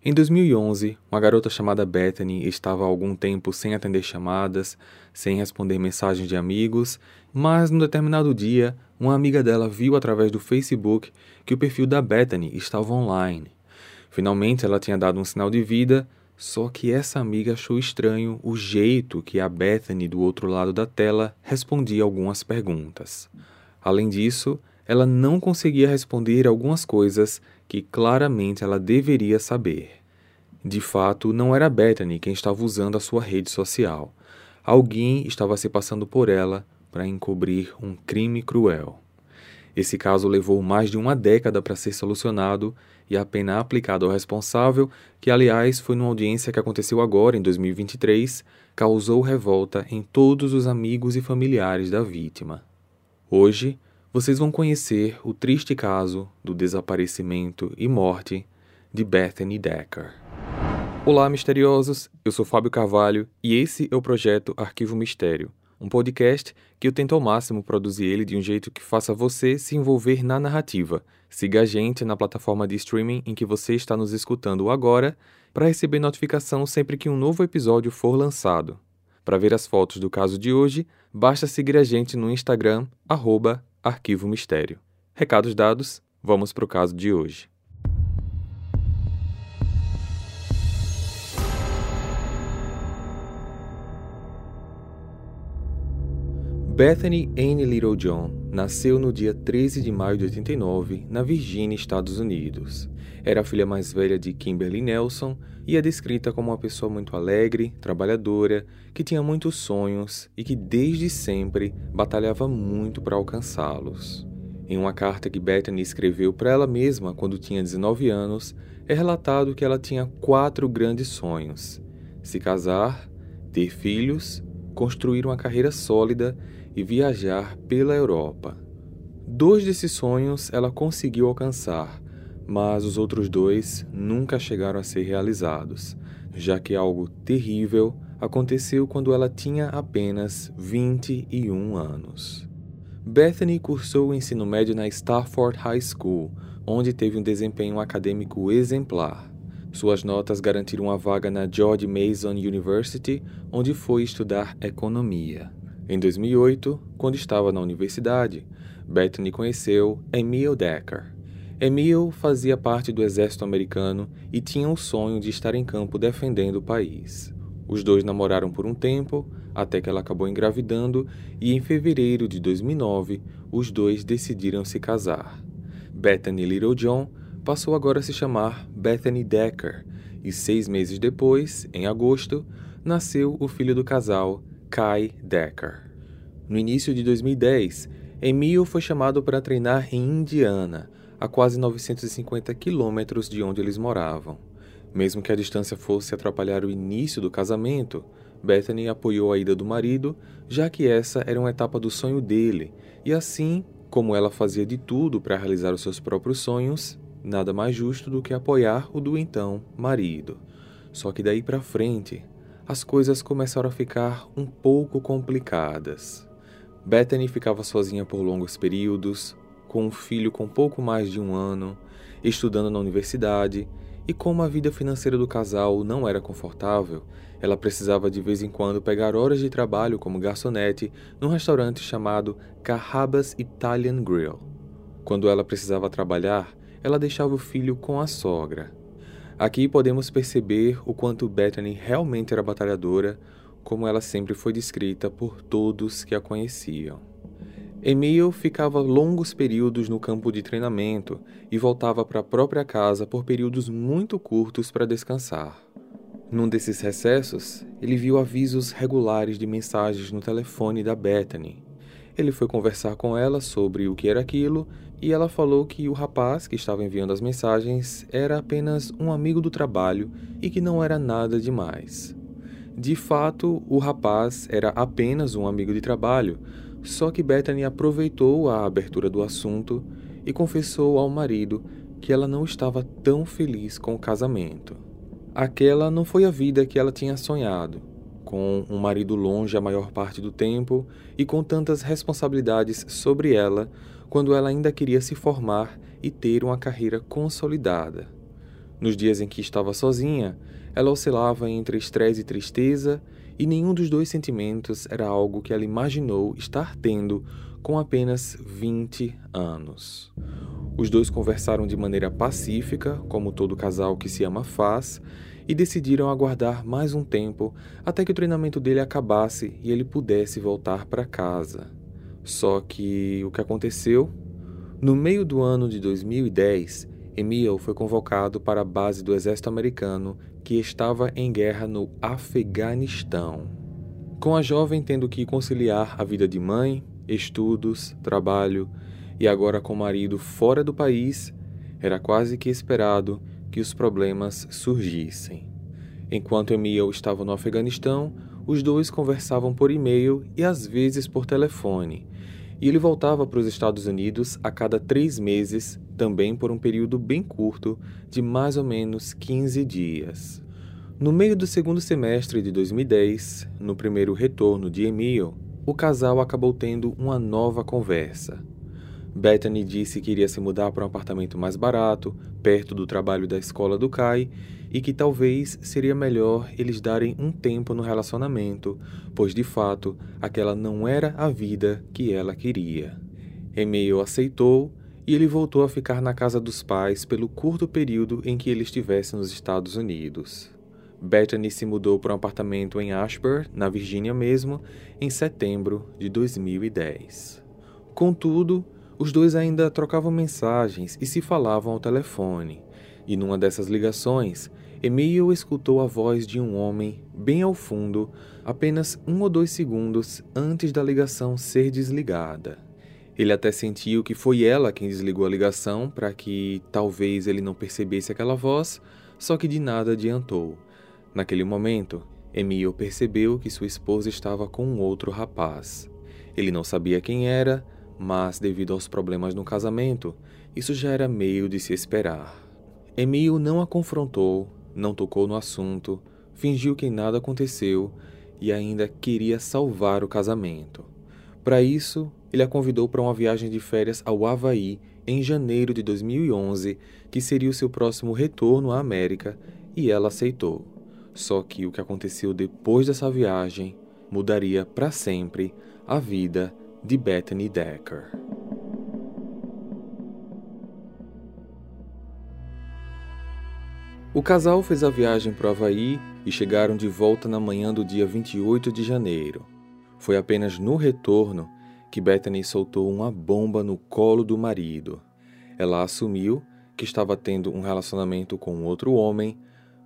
Em 2011, uma garota chamada Bethany estava há algum tempo sem atender chamadas, sem responder mensagens de amigos, mas num determinado dia, uma amiga dela viu através do Facebook que o perfil da Bethany estava online. Finalmente ela tinha dado um sinal de vida, só que essa amiga achou estranho o jeito que a Bethany do outro lado da tela respondia algumas perguntas. Além disso, ela não conseguia responder algumas coisas que claramente ela deveria saber. De fato, não era Bethany quem estava usando a sua rede social. Alguém estava se passando por ela para encobrir um crime cruel. Esse caso levou mais de uma década para ser solucionado e a pena aplicada ao responsável, que aliás foi numa audiência que aconteceu agora em 2023, causou revolta em todos os amigos e familiares da vítima. Hoje, vocês vão conhecer o triste caso do desaparecimento e morte de Bethany Decker. Olá, misteriosos! Eu sou Fábio Carvalho e esse é o projeto Arquivo Mistério, um podcast que eu tento ao máximo produzir ele de um jeito que faça você se envolver na narrativa. Siga a gente na plataforma de streaming em que você está nos escutando agora para receber notificação sempre que um novo episódio for lançado. Para ver as fotos do caso de hoje, basta seguir a gente no Instagram, @Arquivo Mistério. Recados dados, vamos para o caso de hoje. Bethany Anne Littlejohn nasceu no dia 13 de maio de 89, na Virgínia, Estados Unidos. Era a filha mais velha de Kimberly Nelson e é descrita como uma pessoa muito alegre, trabalhadora, que tinha muitos sonhos e que desde sempre batalhava muito para alcançá-los. Em uma carta que Bethany escreveu para ela mesma quando tinha 19 anos, é relatado que ela tinha 4 grandes sonhos: se casar, ter filhos, construir uma carreira sólida e viajar pela Europa. 2 desses sonhos ela conseguiu alcançar, mas os outros 2 nunca chegaram a ser realizados, já que algo terrível aconteceu quando ela tinha apenas 21 anos. Bethany cursou o ensino médio na Stafford High School, onde teve um desempenho acadêmico exemplar. Suas notas garantiram uma vaga na George Mason University, onde foi estudar economia. Em 2008, quando estava na universidade, Bethany conheceu Emil Decker. Emil fazia parte do exército americano e tinha o sonho de estar em campo defendendo o país. Os dois namoraram por um tempo, até que ela acabou engravidando, e em fevereiro de 2009, os dois decidiram se casar. Bethany Littlejohn passou agora a se chamar Bethany Decker, e 6 meses depois, em agosto, nasceu o filho do casal, Kai Decker. No início de 2010, Emil foi chamado para treinar em Indiana, a quase 950 quilômetros de onde eles moravam. Mesmo que a distância fosse atrapalhar o início do casamento, Bethany apoiou a ida do marido, já que essa era uma etapa do sonho dele, e assim, como ela fazia de tudo para realizar os seus próprios sonhos, nada mais justo do que apoiar o do então marido. Só que daí para frente, as coisas começaram a ficar um pouco complicadas. Bethany ficava sozinha por longos períodos, com um filho com pouco mais de 1 ano, estudando na universidade, e como a vida financeira do casal não era confortável, ela precisava de vez em quando pegar horas de trabalho como garçonete num restaurante chamado Carrabba's Italian Grill. Quando ela precisava trabalhar, ela deixava o filho com a sogra. Aqui podemos perceber o quanto Bethany realmente era batalhadora, como ela sempre foi descrita por todos que a conheciam. Emil ficava longos períodos no campo de treinamento e voltava para a própria casa por períodos muito curtos para descansar. Num desses recessos, ele viu avisos regulares de mensagens no telefone da Bethany. Ele foi conversar com ela sobre o que era aquilo e ela falou que o rapaz que estava enviando as mensagens era apenas um amigo do trabalho e que não era nada demais. De fato, o rapaz era apenas um amigo de trabalho, só que Bethany aproveitou a abertura do assunto e confessou ao marido que ela não estava tão feliz com o casamento. Aquela não foi a vida que ela tinha sonhado, com um marido longe a maior parte do tempo e com tantas responsabilidades sobre ela, quando ela ainda queria se formar e ter uma carreira consolidada. Nos dias em que estava sozinha, ela oscilava entre estresse e tristeza, e nenhum dos dois sentimentos era algo que ela imaginou estar tendo com apenas 20 anos. Os dois conversaram de maneira pacífica, como todo casal que se ama faz, e decidiram aguardar mais um tempo até que o treinamento dele acabasse e ele pudesse voltar para casa. Só que o que aconteceu? No meio do ano de 2010, Emil foi convocado para a base do exército americano que estava em guerra no Afeganistão. Com a jovem tendo que conciliar a vida de mãe, estudos, trabalho e agora com o marido fora do país, era quase que esperado que os problemas surgissem. Enquanto Emil estava no Afeganistão, os dois conversavam por e-mail e às vezes por telefone, e ele voltava para os Estados Unidos a cada 3 meses, também por um período bem curto, de mais ou menos 15 dias. No meio do segundo semestre de 2010, no primeiro retorno de Emil, o casal acabou tendo uma nova conversa. Bethany disse que iria se mudar para um apartamento mais barato, perto do trabalho da escola do Kai, e que talvez seria melhor eles darem um tempo no relacionamento, pois de fato aquela não era a vida que ela queria. Emil aceitou e ele voltou a ficar na casa dos pais pelo curto período em que ele estivesse nos Estados Unidos. Bethany se mudou para um apartamento em Ashburn, na Virgínia mesmo, em setembro de 2010. Contudo, os dois ainda trocavam mensagens e se falavam ao telefone, e numa dessas ligações, Emil escutou a voz de um homem bem ao fundo, apenas 1 ou 2 segundos antes da ligação ser desligada. Ele até sentiu que foi ela quem desligou a ligação para que talvez ele não percebesse aquela voz, só que de nada adiantou. Naquele momento, Emil percebeu que sua esposa estava com um outro rapaz. Ele não sabia quem era, mas devido aos problemas no casamento, isso já era meio de se esperar. Emil não a confrontou, não tocou no assunto, fingiu que nada aconteceu e ainda queria salvar o casamento. Para isso, ele a convidou para uma viagem de férias ao Havaí em janeiro de 2011, que seria o seu próximo retorno à América, e ela aceitou. Só que o que aconteceu depois dessa viagem mudaria para sempre a vida de Bethany Decker. O casal fez a viagem para o Havaí e chegaram de volta na manhã do dia 28 de janeiro. Foi apenas no retorno que Bethany soltou uma bomba no colo do marido. Ela assumiu que estava tendo um relacionamento com outro homem,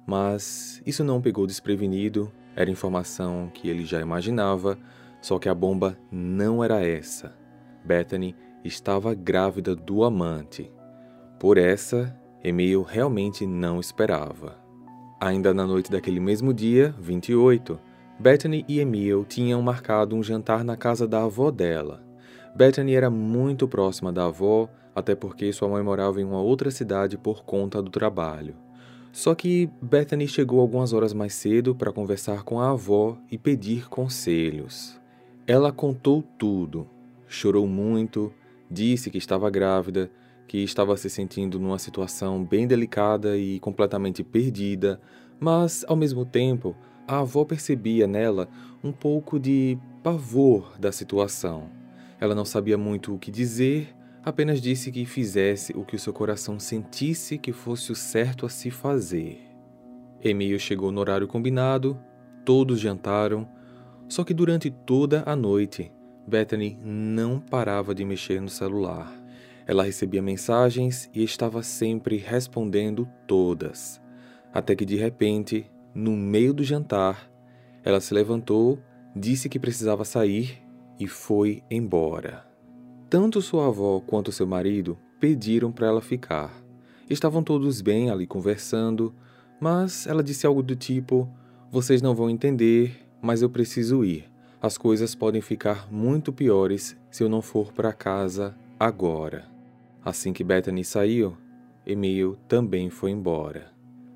mas isso não pegou desprevenido, era informação que ele já imaginava, só que a bomba não era essa. Bethany estava grávida do amante. Por essa, Emil realmente não esperava. Ainda na noite daquele mesmo dia, 28, Bethany e Emil tinham marcado um jantar na casa da avó dela. Bethany era muito próxima da avó, até porque sua mãe morava em uma outra cidade por conta do trabalho. Só que Bethany chegou algumas horas mais cedo para conversar com a avó e pedir conselhos. Ela contou tudo, chorou muito, disse que estava grávida, que estava se sentindo numa situação bem delicada e completamente perdida, mas, ao mesmo tempo, a avó percebia nela um pouco de pavor da situação. Ela não sabia muito o que dizer, apenas disse que fizesse o que o seu coração sentisse que fosse o certo a se fazer. Emil chegou no horário combinado, todos jantaram, só que durante toda a noite, Bethany não parava de mexer no celular. Ela recebia mensagens e estava sempre respondendo todas, até que de repente, no meio do jantar, ela se levantou, disse que precisava sair e foi embora. Tanto sua avó quanto seu marido pediram para ela ficar. Estavam todos bem ali conversando, mas ela disse algo do tipo: "Vocês não vão entender, mas eu preciso ir. As coisas podem ficar muito piores se eu não for para casa agora." Assim que Bethany saiu, Emil também foi embora.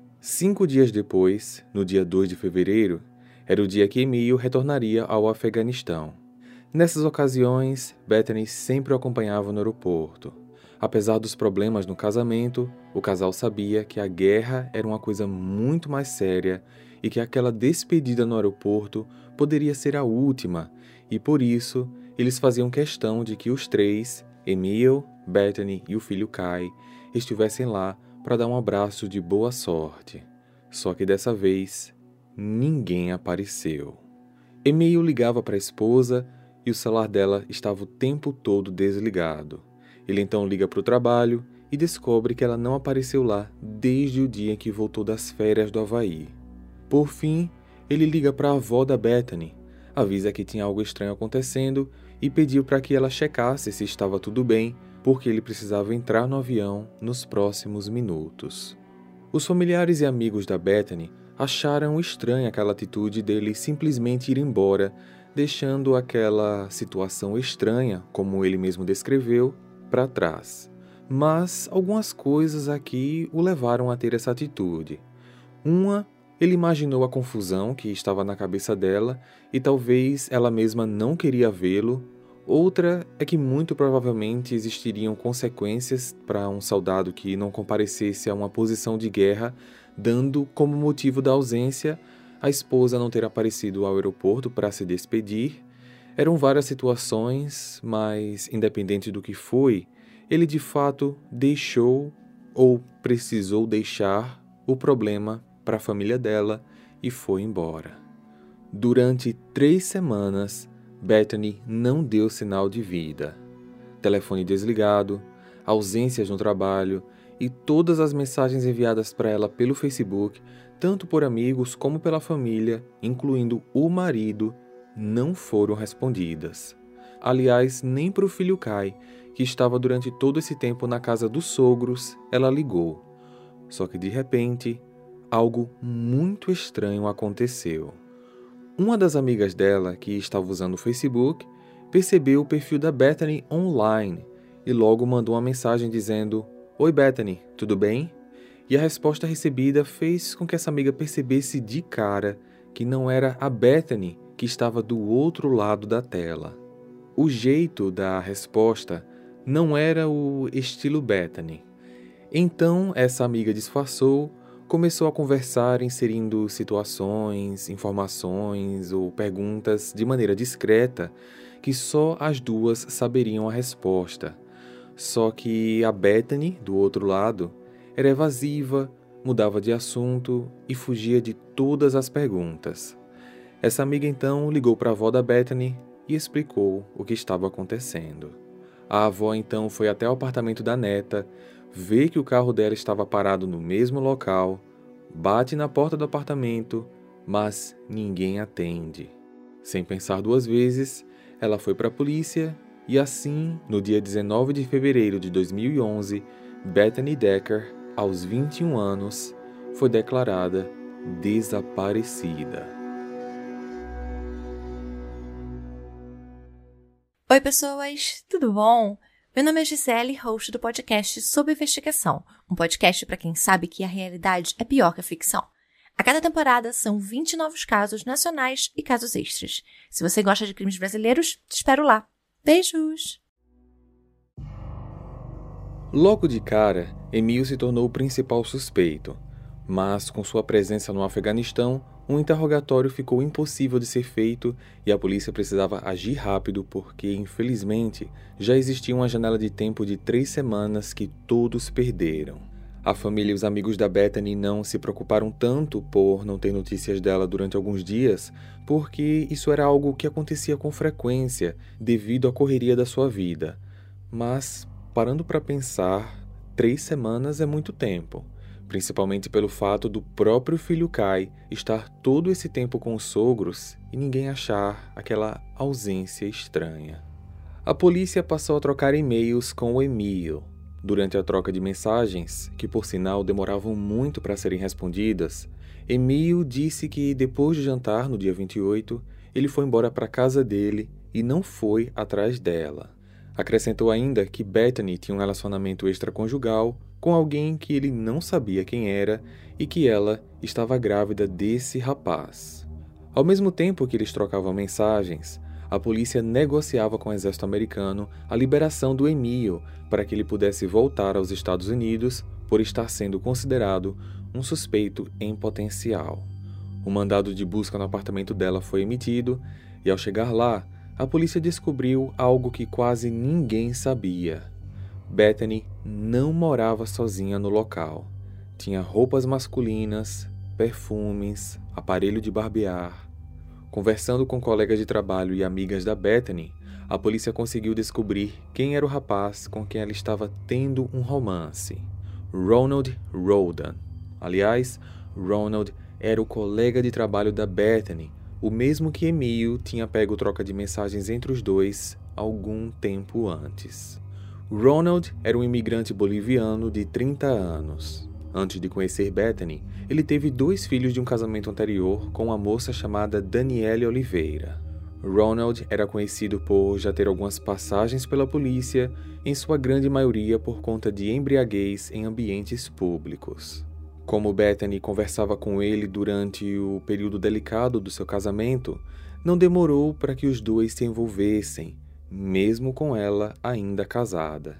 5 dias depois, no dia 2 de fevereiro, era o dia que Emil retornaria ao Afeganistão. Nessas ocasiões, Bethany sempre o acompanhava no aeroporto. Apesar dos problemas no casamento, o casal sabia que a guerra era uma coisa muito mais séria e que aquela despedida no aeroporto poderia ser a última, e por isso eles faziam questão de que os três, Emil, Bethany e o filho Kai, estivessem lá para dar um abraço de boa sorte. Só que dessa vez, ninguém apareceu. Emil ligava para a esposa e o celular dela estava o tempo todo desligado. Ele então liga para o trabalho e descobre que ela não apareceu lá desde o dia em que voltou das férias do Havaí. Por fim, ele liga para a avó da Bethany, avisa que tinha algo estranho acontecendo e pediu para que ela checasse se estava tudo bem, porque ele precisava entrar no avião nos próximos minutos. Os familiares e amigos da Bethany acharam estranha aquela atitude dele simplesmente ir embora, deixando aquela situação estranha, como ele mesmo descreveu, para trás. Mas algumas coisas aqui o levaram a ter essa atitude. Uma, ele imaginou a confusão que estava na cabeça dela e talvez ela mesma não queria vê-lo. Outra é que muito provavelmente existiriam consequências para um soldado que não comparecesse a uma posição de guerra, dando como motivo da ausência a esposa não ter aparecido ao aeroporto para se despedir. Eram várias situações, mas independente do que foi, ele de fato deixou ou precisou deixar o problema para a família dela e foi embora. Durante 3 semanas, Bethany não deu sinal de vida. Telefone desligado, ausências no trabalho e todas as mensagens enviadas para ela pelo Facebook, tanto por amigos como pela família, incluindo o marido, não foram respondidas. Aliás, nem para o filho Kai, que estava durante todo esse tempo na casa dos sogros, ela ligou. Só que de repente, algo muito estranho aconteceu. Uma das amigas dela, que estava usando o Facebook, percebeu o perfil da Bethany online e logo mandou uma mensagem dizendo: "Oi Bethany, tudo bem?" E a resposta recebida fez com que essa amiga percebesse de cara que não era a Bethany que estava do outro lado da tela. O jeito da resposta não era o estilo Bethany. Então essa amiga disfarçou, começou a conversar inserindo situações, informações ou perguntas de maneira discreta que só as duas saberiam a resposta. Só que a Bethany, do outro lado, era evasiva, mudava de assunto e fugia de todas as perguntas. Essa amiga então ligou para a avó da Bethany e explicou o que estava acontecendo. A avó então foi até o apartamento da neta, vê que o carro dela estava parado no mesmo local, bate na porta do apartamento, mas ninguém atende. Sem pensar 2 vezes, ela foi para a polícia e assim, no dia 19 de fevereiro de 2011, Bethany Decker, aos 21 anos, foi declarada desaparecida. Oi pessoas, tudo bom? Meu nome é Gisele, host do podcast Sob Investigação, um podcast para quem sabe que a realidade é pior que a ficção. A cada temporada são 20 novos casos nacionais e casos extras. Se você gosta de crimes brasileiros, te espero lá. Beijos! Logo de cara, Emil se tornou o principal suspeito, mas com sua presença no Afeganistão, um interrogatório ficou impossível de ser feito e a polícia precisava agir rápido porque, infelizmente, já existia uma janela de tempo de 3 semanas que todos perderam. A família e os amigos da Bethany não se preocuparam tanto por não ter notícias dela durante alguns dias, porque isso era algo que acontecia com frequência devido à correria da sua vida. Mas, parando para pensar, 3 semanas é muito tempo. Principalmente pelo fato do próprio filho Kai estar todo esse tempo com os sogros e ninguém achar aquela ausência estranha. A polícia passou a trocar e-mails com o Emil. Durante a troca de mensagens, que por sinal demoravam muito para serem respondidas, Emil disse que depois de jantar no dia 28, ele foi embora para a casa dele e não foi atrás dela. Acrescentou ainda que Bethany tinha um relacionamento extraconjugal com alguém que ele não sabia quem era e que ela estava grávida desse rapaz. Ao mesmo tempo que eles trocavam mensagens, a polícia negociava com o exército americano a liberação do Emil para que ele pudesse voltar aos Estados Unidos por estar sendo considerado um suspeito em potencial. O mandado de busca no apartamento dela foi emitido e, ao chegar lá, a polícia descobriu algo que quase ninguém sabia. Bethany não morava sozinha no local. Tinha roupas masculinas, perfumes, aparelho de barbear. Conversando com colegas de trabalho e amigas da Bethany, a polícia conseguiu descobrir quem era o rapaz com quem ela estava tendo um romance. Ronald Roldan. Aliás, Ronald era o colega de trabalho da Bethany, o mesmo que Emil tinha pego troca de mensagens entre os dois algum tempo antes. Ronald era um imigrante boliviano de 30 anos. Antes de conhecer Bethany, ele teve 2 filhos de um casamento anterior com uma moça chamada Daniele Oliveira. Ronald era conhecido por já ter algumas passagens pela polícia, em sua grande maioria por conta de embriaguez em ambientes públicos. Como Bethany conversava com ele durante o período delicado do seu casamento, não demorou para que os dois se envolvessem, mesmo com ela ainda casada.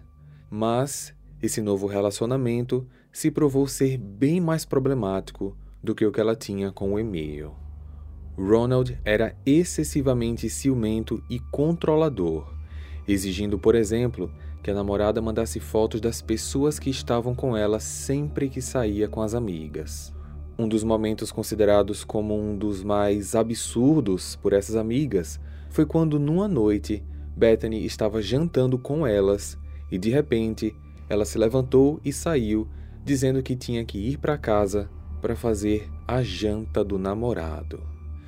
Mas esse novo relacionamento se provou ser bem mais problemático do que o que ela tinha com o Emil. Ronald era excessivamente ciumento e controlador, exigindo, por exemplo, que a namorada mandasse fotos das pessoas que estavam com ela sempre que saía com as amigas. Um dos momentos considerados como um dos mais absurdos por essas amigas foi quando, numa noite, Bethany estava jantando com elas e, de repente, ela se levantou e saiu, dizendo que tinha que ir para casa para fazer a janta do namorado.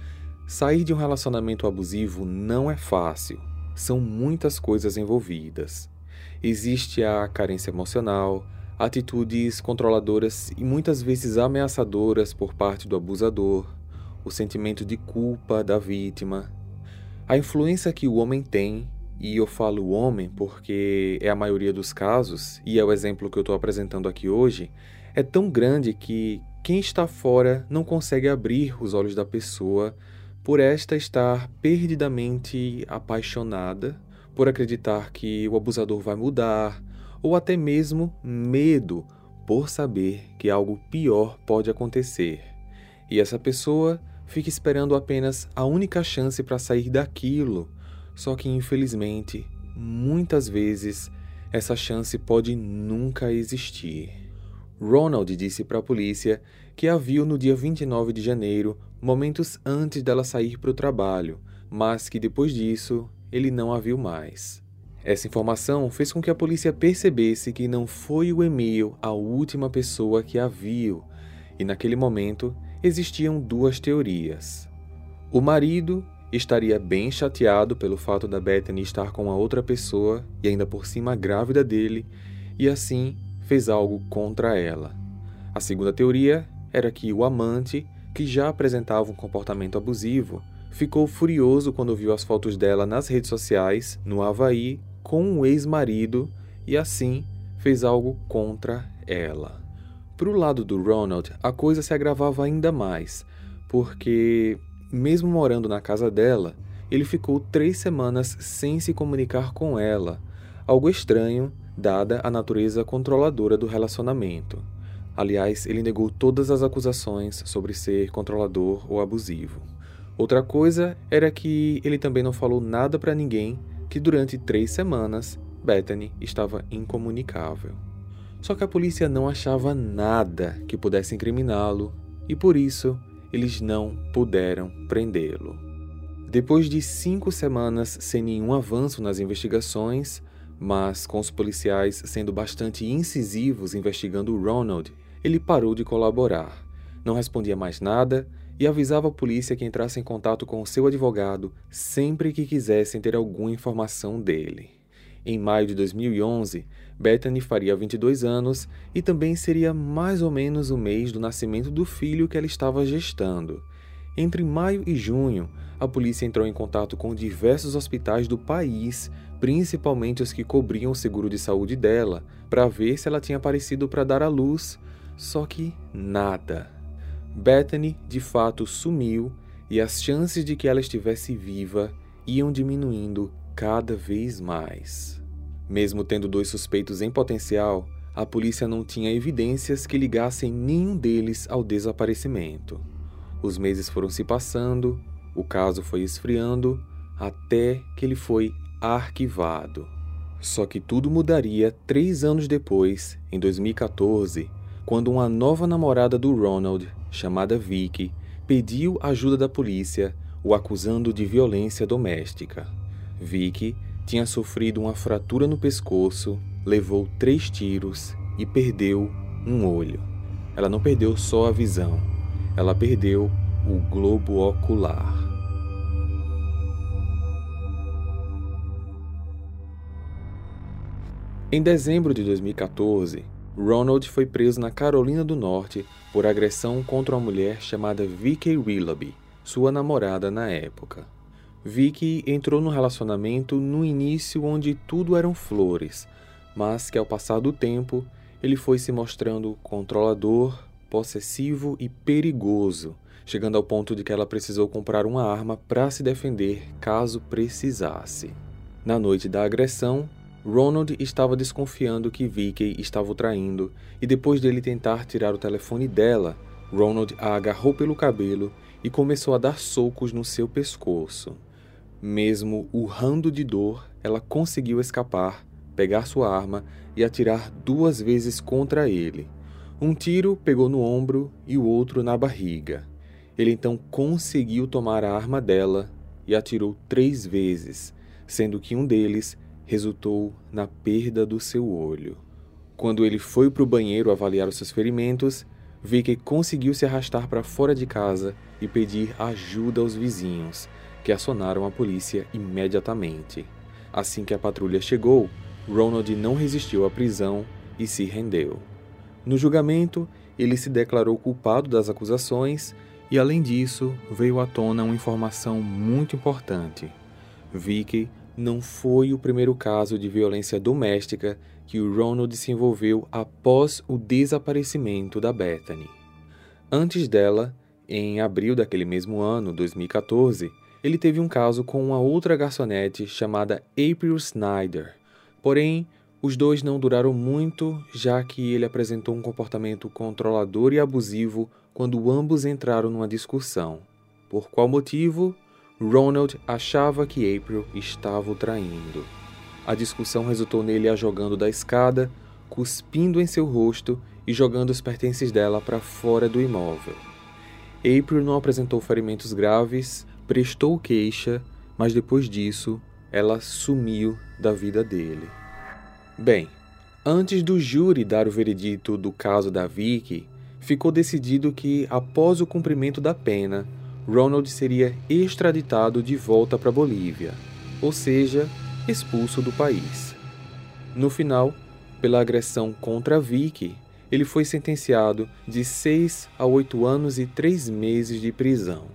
Sair de um relacionamento abusivo não é fácil. São muitas coisas envolvidas. Existe a carência emocional, atitudes controladoras e muitas vezes ameaçadoras por parte do abusador, o sentimento de culpa da vítima, a influência que o homem tem, e eu falo homem porque é a maioria dos casos, e é o exemplo que eu estou apresentando aqui hoje, é tão grande que quem está fora não consegue abrir os olhos da pessoa por esta estar perdidamente apaixonada, por acreditar que o abusador vai mudar, ou até mesmo medo por saber que algo pior pode acontecer. E essa pessoa fica esperando apenas a única chance para sair daquilo, só que infelizmente, muitas vezes, essa chance pode nunca existir. Ronald disse para a polícia que a viu no dia 29 de janeiro, momentos antes dela sair para o trabalho, mas que depois disso ele não a viu mais. Essa informação fez com que a polícia percebesse que não foi o Emil a última pessoa que a viu, e naquele momento existiam 2 teorias. O marido estaria bem chateado pelo fato da Bethany estar com a outra pessoa e ainda por cima grávida dele, e assim fez algo contra ela. A segunda teoria era que o amante, que já apresentava um comportamento abusivo, ficou furioso quando viu as fotos dela nas redes sociais, no Havaí, com o ex-marido, e assim fez algo contra ela. Pro lado do Ronald, a coisa se agravava ainda mais, porque, mesmo morando na casa dela, ele ficou 3 semanas sem se comunicar com ela, algo estranho, dada a natureza controladora do relacionamento. Aliás, ele negou todas as acusações sobre ser controlador ou abusivo. Outra coisa era que ele também não falou nada para ninguém que durante 3 semanas Bethany estava incomunicável. Só que a polícia não achava nada que pudesse incriminá-lo e por isso eles não puderam prendê-lo. Depois de 5 semanas sem nenhum avanço nas investigações, mas com os policiais sendo bastante incisivos investigando o Ronald, ele parou de colaborar, não respondia mais nada e avisava a polícia que entrasse em contato com o seu advogado sempre que quisessem ter alguma informação dele. Em maio de 2011, Bethany faria 22 anos e também seria mais ou menos o mês do nascimento do filho que ela estava gestando. Entre maio e junho, a polícia entrou em contato com diversos hospitais do país, principalmente os que cobriam o seguro de saúde dela, para ver se ela tinha aparecido para dar à luz, só que nada. Bethany, de fato, sumiu e as chances de que ela estivesse viva iam diminuindo cada vez mais. Mesmo tendo 2 suspeitos em potencial, a polícia não tinha evidências que ligassem nenhum deles ao desaparecimento. Os meses foram se passando, o caso foi esfriando, até que ele foi arquivado. Só que tudo mudaria 3 anos depois, em 2014, quando uma nova namorada do Ronald, chamada Vicky, pediu ajuda da polícia, o acusando de violência doméstica. Vicky tinha sofrido uma fratura no pescoço, levou 3 tiros e perdeu um olho. Ela não perdeu só a visão, ela perdeu o globo ocular. Em dezembro de 2014, Ronald foi preso na Carolina do Norte por agressão contra uma mulher chamada Vicky Willoughby, sua namorada na época. Vicky entrou no relacionamento no início onde tudo eram flores, mas que ao passar do tempo, ele foi se mostrando controlador, possessivo e perigoso, chegando ao ponto de que ela precisou comprar uma arma para se defender caso precisasse. Na noite da agressão, Ronald estava desconfiando que Vicky estava o traindo e depois dele tentar tirar o telefone dela, Ronald a agarrou pelo cabelo e começou a dar socos no seu pescoço. Mesmo urrando de dor, ela conseguiu escapar, pegar sua arma e atirar 2 vezes contra ele. Um tiro pegou no ombro e o outro na barriga. Ele então conseguiu tomar a arma dela e atirou 3 vezes, sendo que um deles resultou na perda do seu olho. Quando ele foi para o banheiro avaliar os seus ferimentos, Vicky conseguiu se arrastar para fora de casa e pedir ajuda aos vizinhos, que acionaram a polícia imediatamente. Assim que a patrulha chegou, Ronald não resistiu à prisão e se rendeu. No julgamento, ele se declarou culpado das acusações e, além disso, veio à tona uma informação muito importante. Vicky não foi o primeiro caso de violência doméstica que o Ronald se envolveu após o desaparecimento da Bethany. Antes dela, em abril daquele mesmo ano, 2014, ele teve um caso com uma outra garçonete chamada April Snyder. Porém, os dois não duraram muito, já que ele apresentou um comportamento controlador e abusivo quando ambos entraram numa discussão. Por qual motivo? Ronald achava que April estava o traindo. A discussão resultou nele a jogando da escada, cuspindo em seu rosto e jogando os pertences dela para fora do imóvel. April não apresentou ferimentos graves, prestou queixa, mas depois disso, ela sumiu da vida dele. Bem, antes do júri dar o veredito do caso da Vicky, ficou decidido que, após o cumprimento da pena, Ronald seria extraditado de volta para a Bolívia, ou seja, expulso do país. No final, pela agressão contra Vicky, ele foi sentenciado de 6 a 8 anos e 3 meses de prisão.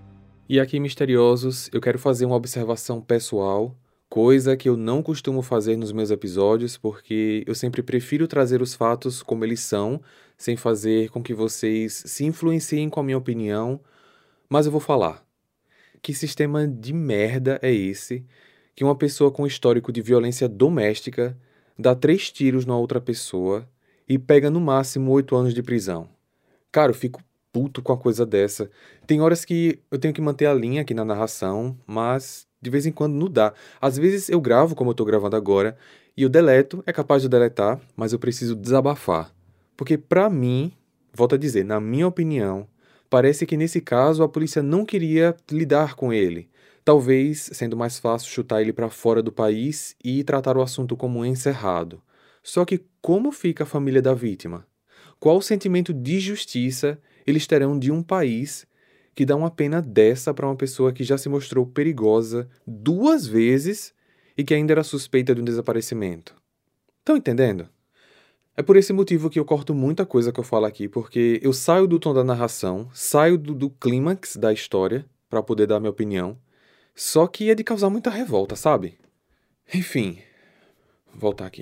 E aqui, misteriosos, eu quero fazer uma observação pessoal, coisa que eu não costumo fazer nos meus episódios, porque eu sempre prefiro trazer os fatos como eles são, sem fazer com que vocês se influenciem com a minha opinião, mas eu vou falar. Que sistema de merda é esse que uma pessoa com histórico de violência doméstica dá 3 tiros na outra pessoa e pega no máximo 8 anos de prisão? Cara, eu fico puto com a coisa dessa. Tem horas que eu tenho que manter a linha aqui na narração, mas de vez em quando não dá. Às vezes eu gravo, como eu tô gravando agora, e eu deleto, é capaz de eu deletar, mas eu preciso desabafar. Porque pra mim, volto a dizer, na minha opinião, parece que nesse caso a polícia não queria lidar com ele. Talvez sendo mais fácil chutar ele pra fora do país e tratar o assunto como encerrado. Só que como fica a família da vítima? Qual o sentimento de justiça eles terão de um país que dá uma pena dessa para uma pessoa que já se mostrou perigosa 2 vezes e que ainda era suspeita de um desaparecimento? Estão entendendo? É por esse motivo que eu corto muita coisa que eu falo aqui, porque eu saio do tom da narração, saio do clímax da história para poder dar minha opinião, só que é de causar muita revolta, sabe? Enfim, voltar aqui.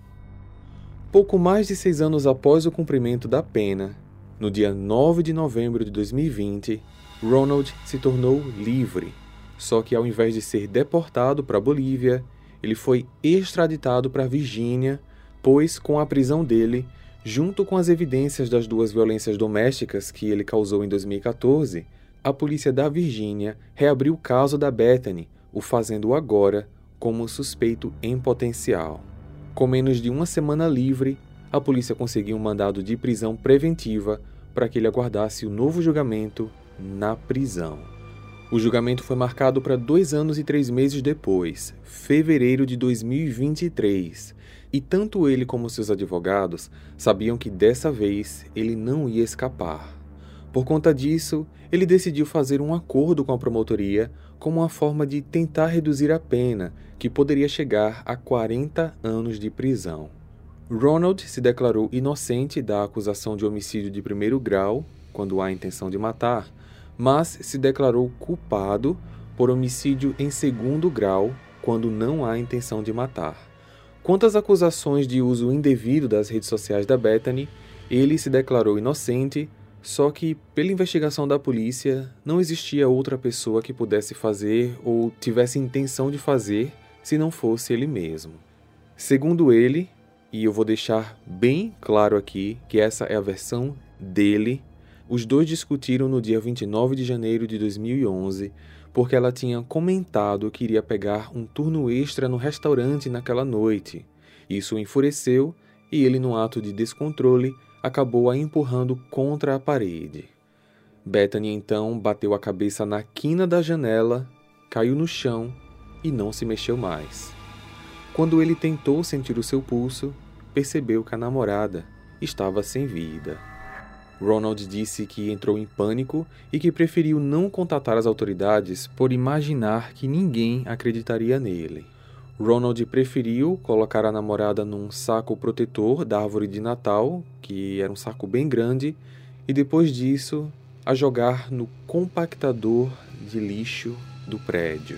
Pouco mais de 6 anos após o cumprimento da pena, no dia 9 de novembro de 2020, Ronald se tornou livre. Só que ao invés de ser deportado para a Bolívia, ele foi extraditado para a Virgínia, pois com a prisão dele, junto com as evidências das 2 violências domésticas que ele causou em 2014, a polícia da Virgínia reabriu o caso da Bethany, o fazendo agora como suspeito em potencial. Com menos de uma semana livre, a polícia conseguiu um mandado de prisão preventiva para que ele aguardasse o novo julgamento na prisão. O julgamento foi marcado para 2 anos e 3 meses depois, fevereiro de 2023, e tanto ele como seus advogados sabiam que dessa vez ele não ia escapar. Por conta disso, ele decidiu fazer um acordo com a promotoria como uma forma de tentar reduzir a pena, que poderia chegar a 40 anos de prisão. Ronald se declarou inocente da acusação de homicídio de 1º grau, quando há intenção de matar, mas se declarou culpado por homicídio em 2º grau, quando não há intenção de matar. Quanto às acusações de uso indevido das redes sociais da Bethany, ele se declarou inocente, só que, pela investigação da polícia, não existia outra pessoa que pudesse fazer ou tivesse intenção de fazer se não fosse ele mesmo. Segundo ele, e eu vou deixar bem claro aqui que essa é a versão dele, os dois discutiram no dia 29 de janeiro de 2011 porque ela tinha comentado que iria pegar um turno extra no restaurante naquela noite. Isso o enfureceu e ele, num ato de descontrole, acabou a empurrando contra a parede. Bethany então bateu a cabeça na quina da janela, caiu no chão e não se mexeu mais. Quando ele tentou sentir o seu pulso, percebeu que a namorada estava sem vida. Ronald disse que entrou em pânico e que preferiu não contatar as autoridades por imaginar que ninguém acreditaria nele. Ronald preferiu colocar a namorada num saco protetor da árvore de Natal, que era um saco bem grande, e depois disso a jogar no compactador de lixo do prédio.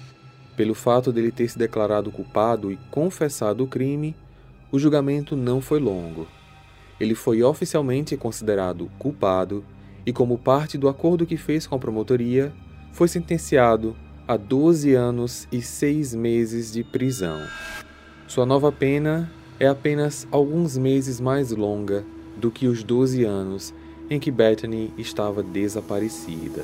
Pelo fato dele ter se declarado culpado e confessado o crime, o julgamento não foi longo. Ele foi oficialmente considerado culpado e, como parte do acordo que fez com a promotoria, foi sentenciado a 12 anos e 6 meses de prisão. Sua nova pena é apenas alguns meses mais longa do que os 12 anos em que Bethany estava desaparecida.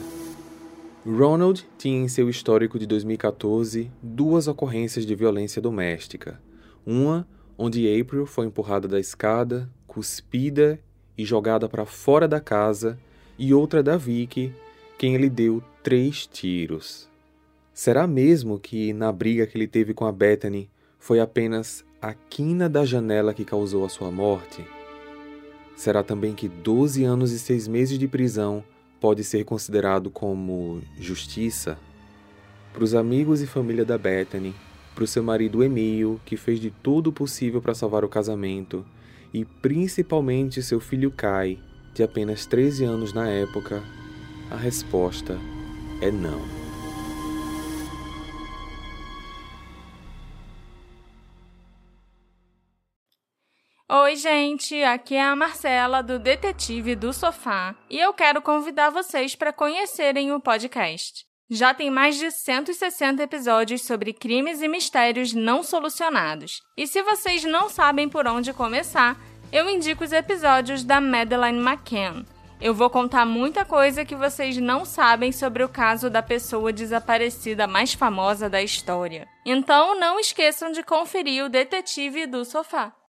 Ronald tinha em seu histórico de 2014 2 ocorrências de violência doméstica. Uma onde April foi empurrada da escada, cuspida e jogada para fora da casa, e outra da Vicky, quem ele deu 3 tiros. Será mesmo que, na briga que ele teve com a Bethany, foi apenas a quina da janela que causou a sua morte? Será também que 12 anos e 6 meses de prisão pode ser considerado como justiça? Para os amigos e família da Bethany, para o seu marido Emil, que fez de tudo possível para salvar o casamento, e principalmente seu filho Kai, de apenas 13 anos na época, a resposta é não. Oi, gente! Aqui é a Marcela, do Detetive do Sofá, e eu quero convidar vocês para conhecerem o podcast. Já tem mais de 160 episódios sobre crimes e mistérios não solucionados. E se vocês não sabem por onde começar, eu indico os episódios da Madeleine McCann. Eu vou contar muita coisa que vocês não sabem sobre o caso da pessoa desaparecida mais famosa da história. Então, não esqueçam de conferir o Detetive do Sofá.